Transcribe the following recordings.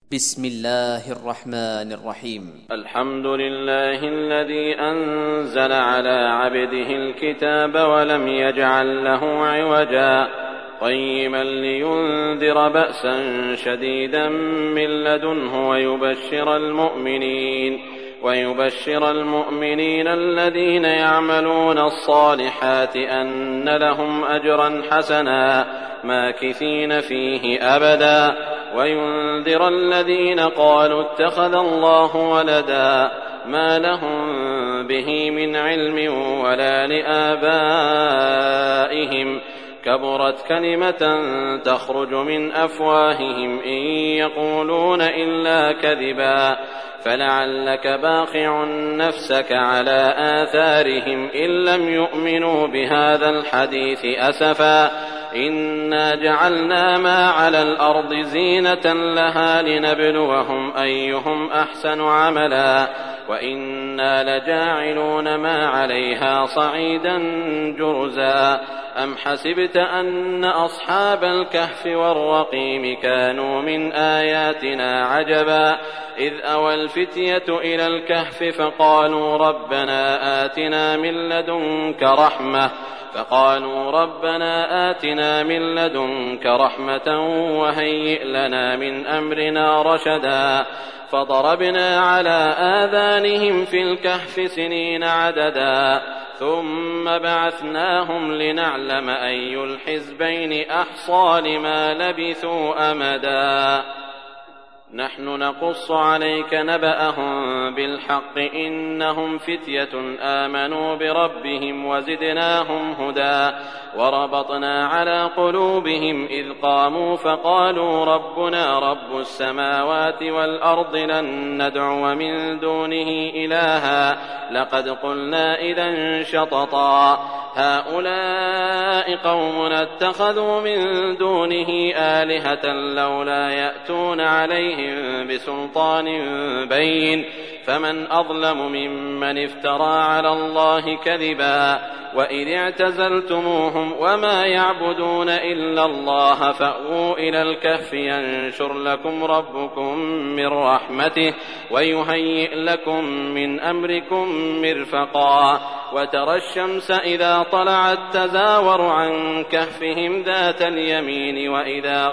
بسم الله الرحمن الرحيم. الحمد لله الذي أنزل على عبده الكتاب ولم يجعل له عوجا قيما لينذر بأسا شديدا من لدنه ويبشر المؤمنين الذين يعملون الصالحات أن لهم أجرا حسنا ماكثين فيه أبدا وينذر الذين قالوا اتخذ الله ولدا ما لهم به من علم ولا لآبائهم كبرت كلمة تخرج من أفواههم إن يقولون إلا كذبا فلعلك باخع نفسك على آثارهم إن لم يؤمنوا بهذا الحديث أسفا إنا جعلنا ما على الأرض زينة لها لنبلوهم أيهم أحسن عملا وإنا لجاعلون ما عليها صعيدا جرزا أم حسبت أن أصحاب الكهف والرقيم كانوا من آياتنا عجبا إذ أوى الفتية إلى الكهف فقالوا ربنا آتنا من لدنك رحمة وهيئ لنا من أمرنا رشدا فضربنا على آذانهم في الكهف سنين عددا ثم بعثناهم لنعلم أي الحزبين أحصى لما لبثوا أمدا نحن نقص عليك نبأهم بالحق إنهم فتية آمنوا بربهم وزدناهم هدى وربطنا على قلوبهم إذ قاموا فقالوا ربنا رب السماوات والأرض لن ندعو من دونه إلها لقد قلنا إذا شططا هؤلاء قومنا اتخذوا من دونه آلهة لولا يأتون عليهم بسلطان بين فمن أظلم ممن افترى على الله كذبا وإذ اعتزلتموهم وما يعبدون إلا الله فأووا إلى الكهف ينشر لكم ربكم من رحمته ويهيئ لكم من أمركم مرفقا وترى الشمس إذا طلعت تزاور عن كهفهم ذات اليمين وإذا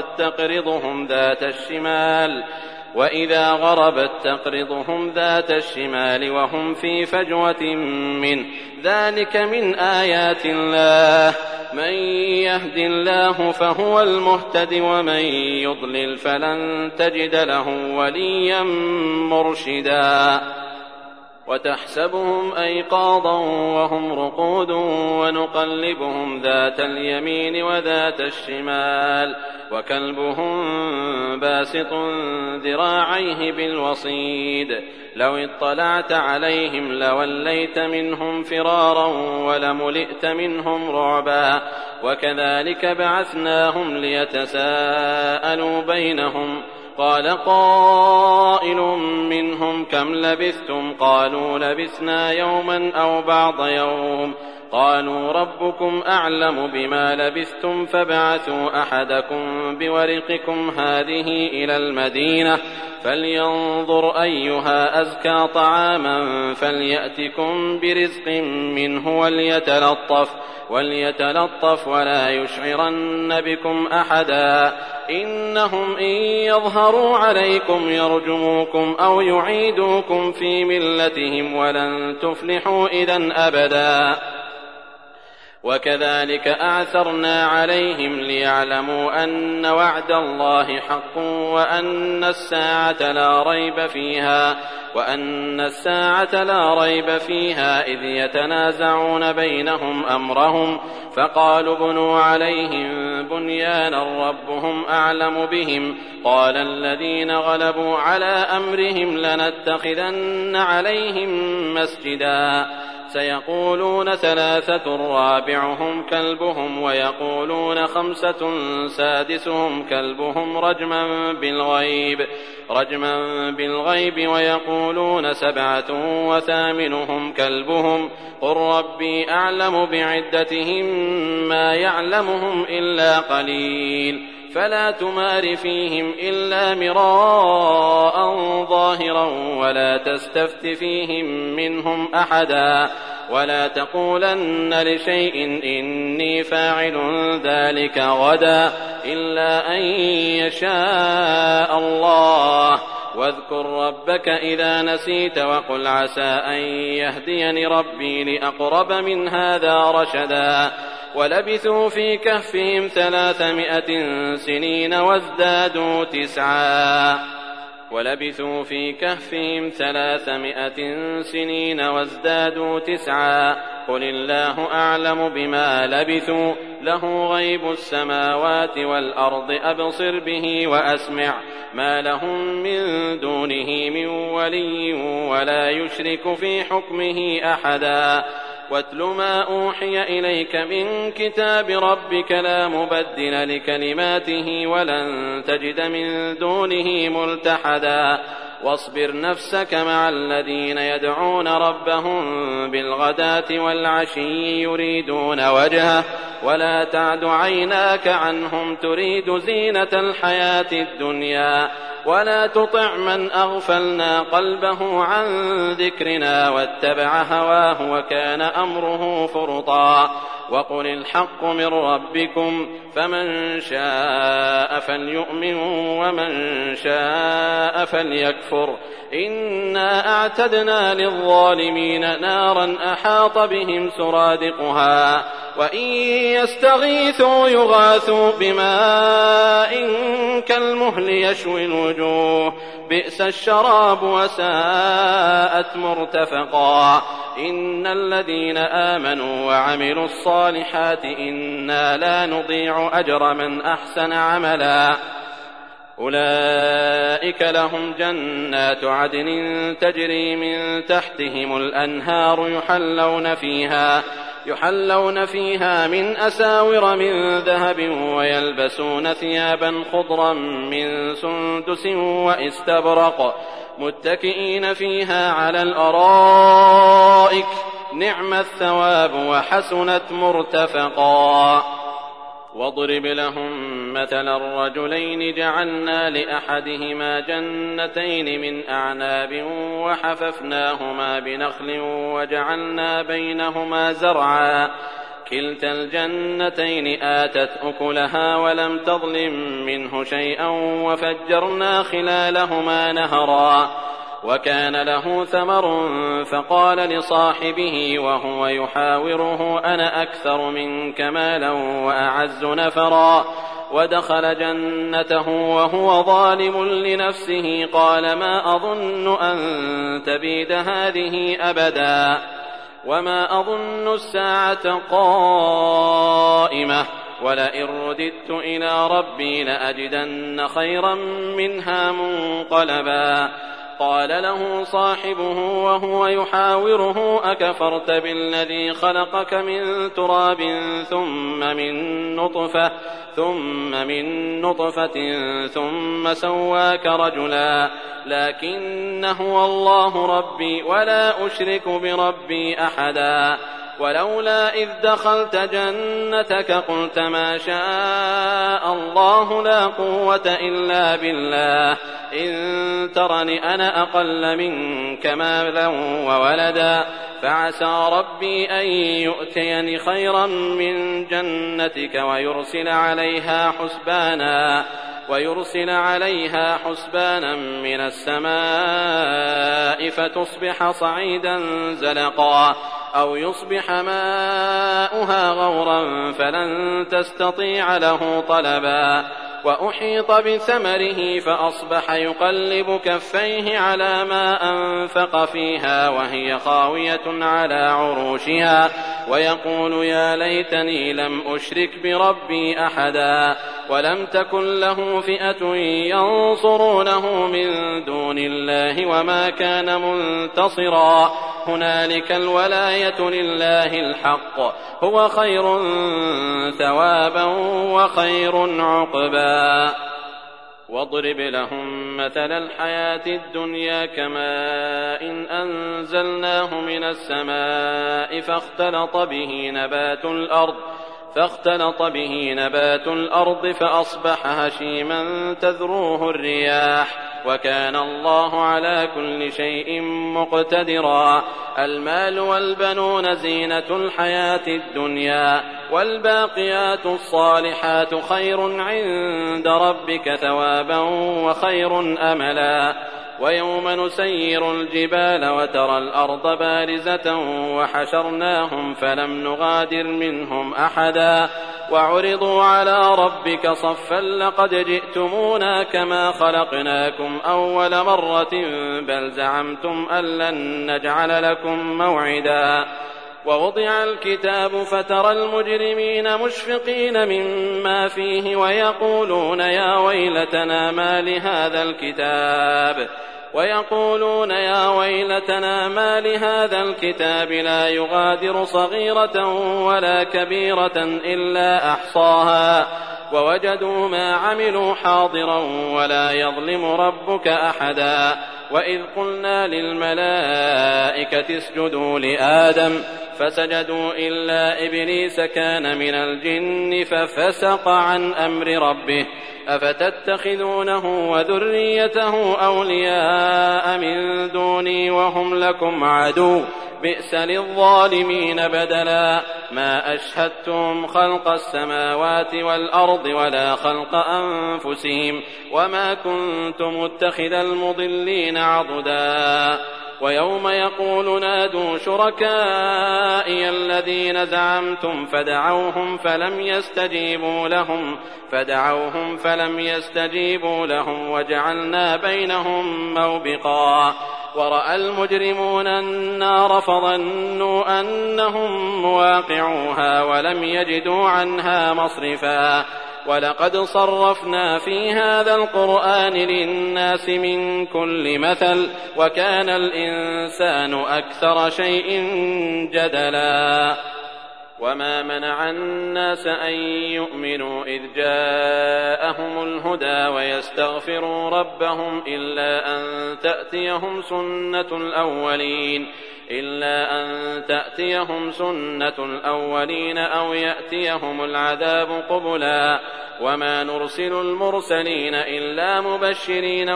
غربت تقرضهم ذات الشمال وهم في فجوة منه ذلك من آيات الله من يهد الله فهو المهتد ومن يضلل فلن تجد له وليا مرشدا وتحسبهم أيقاظا وهم رقود ونقلبهم ذات اليمين وذات الشمال وكلبهم باسط ذراعيه بالوصيد لو اطلعت عليهم لوليت منهم فرارا ولملئت منهم رعبا وكذلك بعثناهم ليتساءلوا بينهم قال قائل منهم كم لبثتم قالوا لبثنا يوما أو بعض يوم قالوا ربكم أعلم بما لبثتم فابعثوا أحدكم بورقكم هذه إلى المدينة فلينظر أيها أزكى طعاما فليأتكم برزق منه وليتلطف ولا يشعرن بكم أحدا إنهم إن يظهروا عليكم يرجموكم أو يعيدوكم في ملتهم ولن تفلحوا إذن أبدا وكذلك أعثرنا عليهم ليعلموا أن وعد الله حق وأن الساعة لا ريب فيها إذ يتنازعون بينهم أمرهم فقالوا بنوا عليهم بنيانا ربهم أعلم بهم قال الذين غلبوا على أمرهم لنتخذن عليهم مسجدا سيقولون 3 رابعهم كلبهم ويقولون 5 سادسهم كلبهم رجما بالغيب ويقولون 7 وثامنهم كلبهم قل ربي أعلم بعدتهم ما يعلمهم إلا قليل فلا تمار فيهم إلا مراء ظاهرا ولا تستفت فيهم منهم أحدا ولا تقولن لشيء إني فاعل ذلك غدا إلا أن يشاء الله واذكر ربك إذا نسيت وقل عسى أن يهديني ربي لأقرب من هذا رشدا ولبثوا في كهفهم 300 سنين وازدادوا تسعا قل الله أعلم بما لبثوا له غيب السماوات والأرض أبصر به وأسمع ما لهم من دونه من ولي ولا يشرك في حكمه أحدا واتل ما أوحي إليك من كتاب ربك لا مبدل لكلماته ولن تجد من دونه ملتحدا واصبر نفسك مع الذين يدعون ربهم بالغداة والعشي يريدون وجهه ولا تعد عيناك عنهم تريد زينة الحياة الدنيا ولا تطع من أغفلنا قلبه عن ذكرنا واتبع هواه وكان أمره فرطا وقل الحق من ربكم فمن شاء فليؤمن ومن شاء فليكفر إنا أعتدنا للظالمين نارا أحاط بهم سرادقها وإن يستغيثوا يغاثوا بماء كالمهل يشوي الوجوه بئس الشراب وساءت مرتفقا إن الذين آمنوا وعملوا الصالحات إنا لا نضيع أجر من أحسن عملا أولئك لهم جنات عدن تجري من تحتهم الأنهار يحلون فيها من أساور من ذهب ويلبسون ثيابا خضرا من سندس وإستبرق متكئين فيها على الأرائك نعم الثواب وحسنت مرتفقا واضرب لهم مثل الرجلين جعلنا لأحدهما جنتين من أعناب وحففناهما بنخل وجعلنا بينهما زرعا كلتا الجنتين آتت أكلها ولم تظلم منه شيئا وفجرنا خلالهما نهرا وكان له ثمر فقال لصاحبه وهو يحاوره أنا أكثر منك مالا وأعز نفرا ودخل جنته وهو ظالم لنفسه قال ما أظن أن تبيد هذه أبدا وما أظن الساعة قائمة ولئن رددت إلى ربي لأجدن خيرا منها منقلبا قال له صاحبه وهو يحاوره أكفرت بالذي خلقك من تراب ثم من نطفة ثم سواك رجلا لكن هو الله ربي ولا أشرك بربي أحدا ولولا إذ دخلت جنتك قلت ما شاء الله لا قوة إلا بالله إن ترني أنا أقل منك مالا وولدا فعسى ربي أن يؤتيني خيرا من جنتك ويرسل عليها حسبانا من السماء فتصبح صعيدا زلقا أو يصبح ماؤها غورا فلن تستطيع له طلبا وأحيط بثمره فأصبح يقلب كفيه على ما أنفق فيها وهي خاوية على عروشها ويقول يا ليتني لم أشرك بربي أحدا ولم تكن له فئة ينصرونه من دون الله وما كان منتصرا هنالك الولاية لله الحق هو خير ثوابا وخير عقبا واضرب لهم مثل الحياة الدنيا كماء إن فاختلط به نبات الأرض فأصبح هشيما تذروه الرياح وكان الله على كل شيء مقتدرا. المال والبنون زينة الحياة الدنيا والباقيات الصالحات خير عند ربك ثوابا وخير أملا. ويوم نسير الجبال وترى الأرض بارزة وحشرناهم فلم نغادر منهم أحدا وعرضوا على ربك صفا لقد جئتمونا كما خلقناكم أول مرة بل زعمتم أن لن نجعل لكم موعدا. ووضع الكتاب فترى المجرمين مشفقين مما فيه ويقولون يا ويلتنا ما لهذا الكتاب لا يغادر صغيرة ولا كبيرة إلا أحصاها ووجدوا ما عملوا حاضرا ولا يظلم ربك أحدا. وإذ قلنا للملائكة اسجدوا لآدم فسجدوا إلا إبليس كان من الجن ففسق عن أمر ربه أفتتخذونه وذريته أولياء من دوني وهم لكم عدو بئس للظالمين بدلا. ما أشهدتم خلق السماوات والأرض ولا خلق أنفسهم وما كنت متخذ المضلين عضدا. ويوم يقول نادوا شركائي الذين زعمتم فدعوهم فلم يستجيبوا لهم وجعلنا بينهم موبقا. ورأى المجرمون النار فظنوا أنهم مواقعوها ولم يجدوا عنها مصرفا. ولقد صرفنا في هذا القرآن للناس من كل مثل وكان الإنسان أكثر شيء جدلا. وما منع الناس أن يؤمنوا إذ جاءهم الهدى ويستغفروا ربهم إلا أن تأتيهم سنة الأولين أو يأتيهم العذاب قبلا. وما نرسل المرسلين إلا مبشرين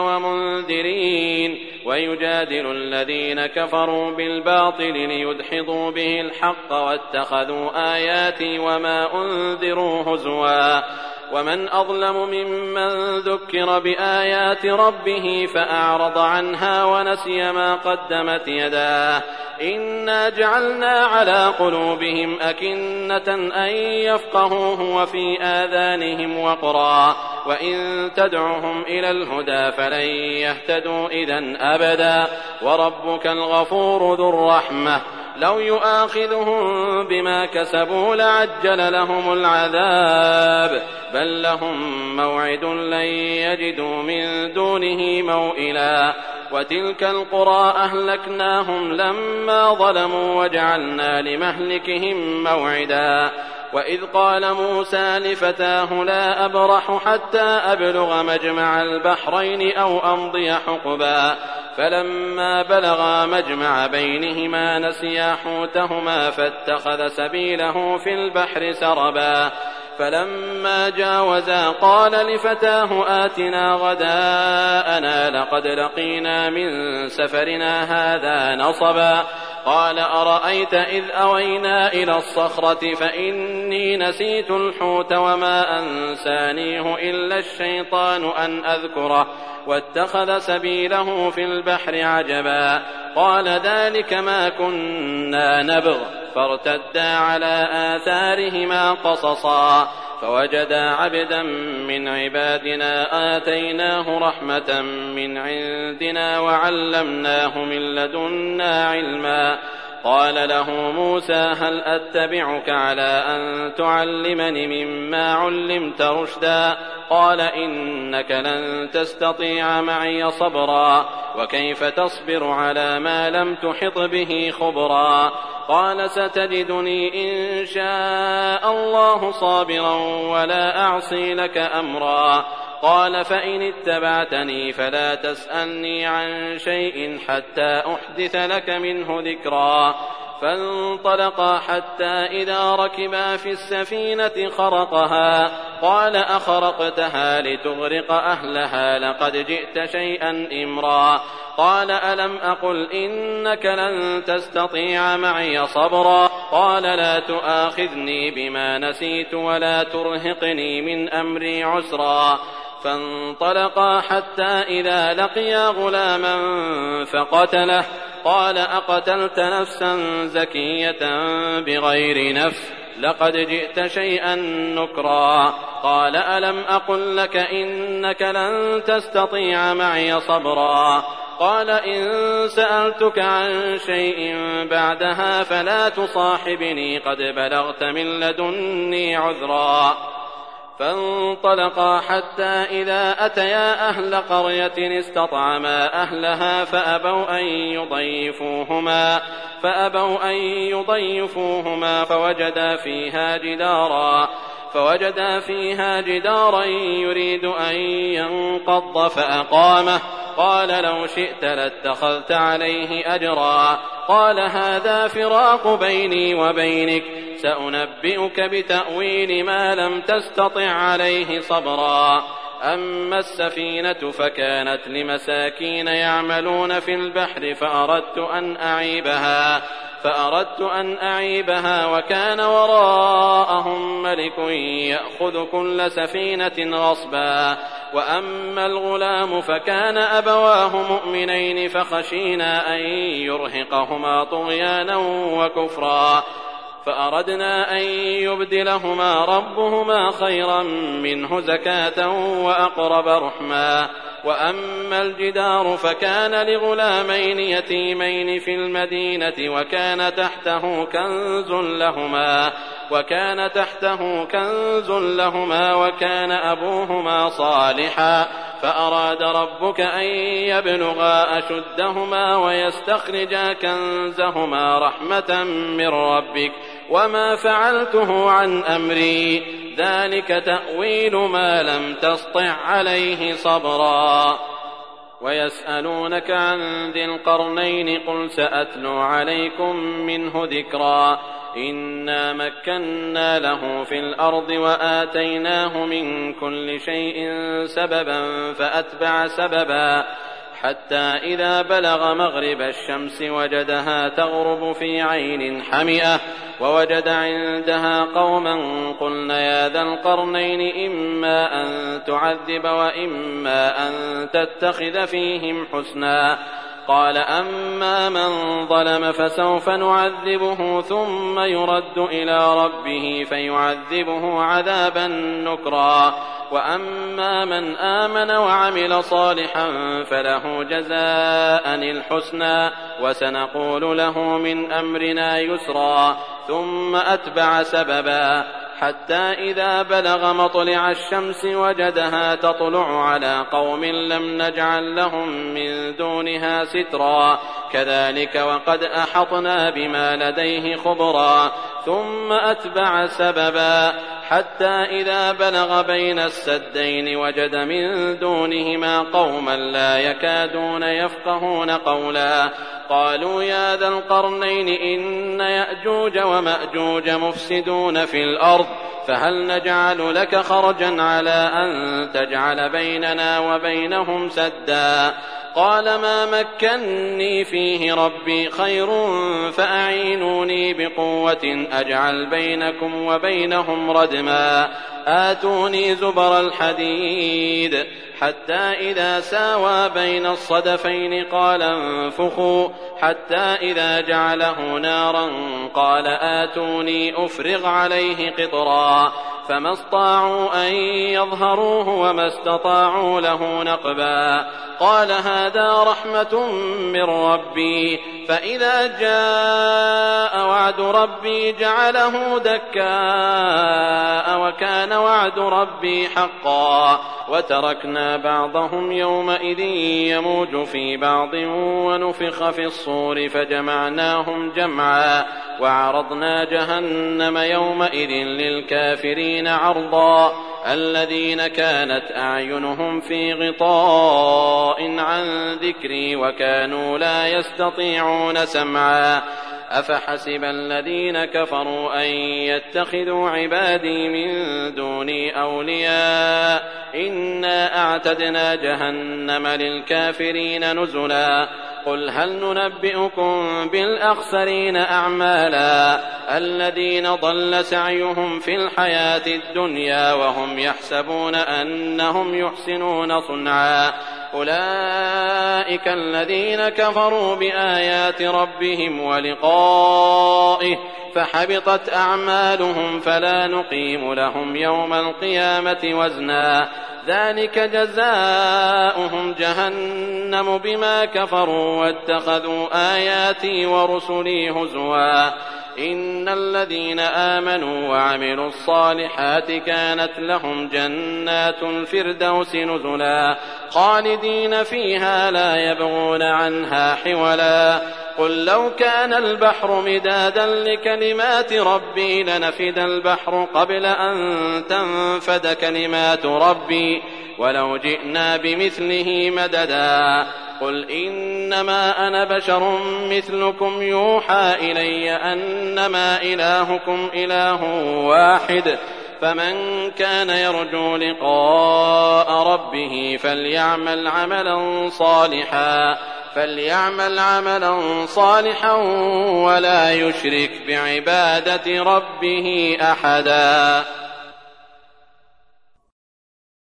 ومنذرين ويجادل الذين كفروا بالباطل ليدحضوا به الحق واتخذوا آياتي وما أنذروا هزوا. ومن أظلم ممن ذكر بآيات ربه فأعرض عنها ونسي ما قدمت يداه إنا جعلنا على قلوبهم أكنة أن يفقهوه وفي آذانهم وقرا وإن تدعهم إلى الهدى فلن يهتدوا إذن أبدا. وربك الغفور ذو الرحمة لو يؤاخذهم بما كسبوا لعجل لهم العذاب بل لهم موعد لن يجدوا من دونه موئلا. وتلك القرى أهلكناهم لما ظلموا وجعلنا لمهلكهم موعدا. وإذ قال موسى لفتاه لا أبرح حتى أبلغ مجمع البحرين أو أمضي حقبا فلما بلغا مجمع بينهما نسيا حوتهما فاتخذ سبيله في البحر سربا. فلما جاوزا قال لفتاه آتنا غداءنا لقد لقينا من سفرنا هذا نصبا. قال أرأيت إذ أوينا إلى الصخرة فإني نسيت الحوت وما أنسانيه إلا الشيطان أن أذكره واتخذ سبيله في البحر عجبا. قال ذلك ما كنا نبغ فارتدا على آثارهما قصصا فوجدا عبدا من عبادنا آتيناه رحمة من عندنا وعلمناه من لدنا علما. قال له موسى هل أتبعك على أن تعلمني مما علمت رشدا قال إنك لن تستطيع معي صبرا وكيف تصبر على ما لم تحط به خبرا. قال ستجدني إن شاء الله صابرا ولا أعصي لك أمرا. قال فإن اتبعتني فلا تسألني عن شيء حتى أحدث لك منه ذكرا. فانطلقا حتى إذا ركبا في السفينة خرقها قال أخرقتها لتغرق أهلها لقد جئت شيئا إمرا قال ألم أقل إنك لن تستطيع معي صبرا قال لا تؤاخذني بما نسيت ولا ترهقني من أمري عسرا فانطلقا حتى إذا لقيا غلاما فقتله قال أقتلت نفسا زكية بغير نفس لقد جئت شيئا نكرا قال ألم أقل لك إنك لن تستطيع معي صبرا قال إن سألتك عن شيء بعدها فلا تصاحبني قد بلغت من لدني عذرا فانطلقا حتى إذا أتيا أهل قرية استطعما أهلها فأبوا أن يضيفوهما فوجدا فيها جدارا يريد أن ينقض فأقامه قال لو شئت لاتخذت عليه أجرا قال هذا فراق بيني وبينك سأنبئك بتأويل ما لم تستطع عليه صبرا أما السفينة فكانت لمساكين يعملون في البحر فأردت أن أعيبها وكان وراءهم ملك يأخذ كل سفينة غصبا وأما الغلام فكان أبواه مؤمنين فخشينا أن يرهقهما طغيانا وكفرا فأردنا أن يبدلهما ربهما خيرا منه زكاة وأقرب رحما وأما الجدار فكان لغلامين يتيمين في المدينة وكان تحته كنز لهما وكان أبوهما صالحا فأراد ربك أن يبلغا أشدهما ويستخرجا كنزهما رحمة من ربك وما فعلته عن أمري ذلك تأويل ما لم تسطع عليه صبرا ويسألونك عن ذي القرنين قل سأتلو عليكم منه ذكرا إنا مكنا له في الأرض وآتيناه من كل شيء سببا فأتبع سببا حتى إذا بلغ مغرب الشمس وجدها تغرب في عين حمئة ووجد عندها قوما قلنا يا ذا القرنين إما أن تعذب وإما أن تتخذ فيهم حسنا قال أما من ظلم فسوف نعذبه ثم يرد إلى ربه فيعذبه عذابا نكرا وأما من آمن وعمل صالحا فله جزاء الحسنى وسنقول له من أمرنا يسرا ثم أتبع سببا حتى إذا بلغ مطلع الشمس وجدها تطلع على قوم لم نجعل لهم من دونها سترا كذلك وقد أحطنا بما لديه خبرا ثم أتبع سببا حتى إذا بلغ بين السدين وجد من دونهما قوما لا يكادون يفقهون قولا قالوا يا ذا القرنين إن يأجوج ومأجوج مفسدون في الأرض فهل نجعل لك خرجا على أن تجعل بيننا وبينهم سدا قال ما مكني فيه ربي خير فأعينوني بقوة أجعل بينكم وبينهم ردما آتوني زبر الحديد حتى إذا ساوى بين الصدفين قال انفخوا حتى إذا جعله نارا قال آتوني أفرغ عليه قطرا فما استطاعوا أن يظهروه وما استطاعوا له نقبا قال هذا رحمة من ربي فإذا جاء وعد ربي جعله دكاء وكان وعد ربي حقا وتركنا بعضهم يومئذ يموج في بعض ونفخ في الصور فجمعناهم جمعا وعرضنا جهنم يومئذ للكافرين عرضا الذين كانت أعينهم في غطاء عن ذكري وكانوا لا يستطيعون سمعا أفحسب الذين كفروا أن يتخذوا عبادي من دوني أولياء إنا أعتدنا جهنم للكافرين نزلا قل هل ننبئكم بالأخسرين أعمالا الذين ضل سعيهم في الحياة الدنيا وهم يحسبون أنهم يحسنون صنعا أولئك الذين كفروا بآيات ربهم ولقائه فحبطت أعمالهم فلا نقيم لهم يوم القيامة وزنا ذلك جزاؤهم جهنم بما كفروا واتخذوا آياتي ورسلي هزوا إن الذين آمنوا وعملوا الصالحات كانت لهم جنات الفردوس نزلا خالدين فيها لا يبغون عنها حولا قل لو كان البحر مدادا لكلمات ربي لنفد البحر قبل أن تنفد كلمات ربي ولو جئنا بمثله مددا قل إنما أنا بشر مثلكم يوحى إلي أنما إلهكم إله واحد فمن كان يرجو لقاء ربه فليعمل عملا صالحا ولا يشرك بعبادة ربه أحدا.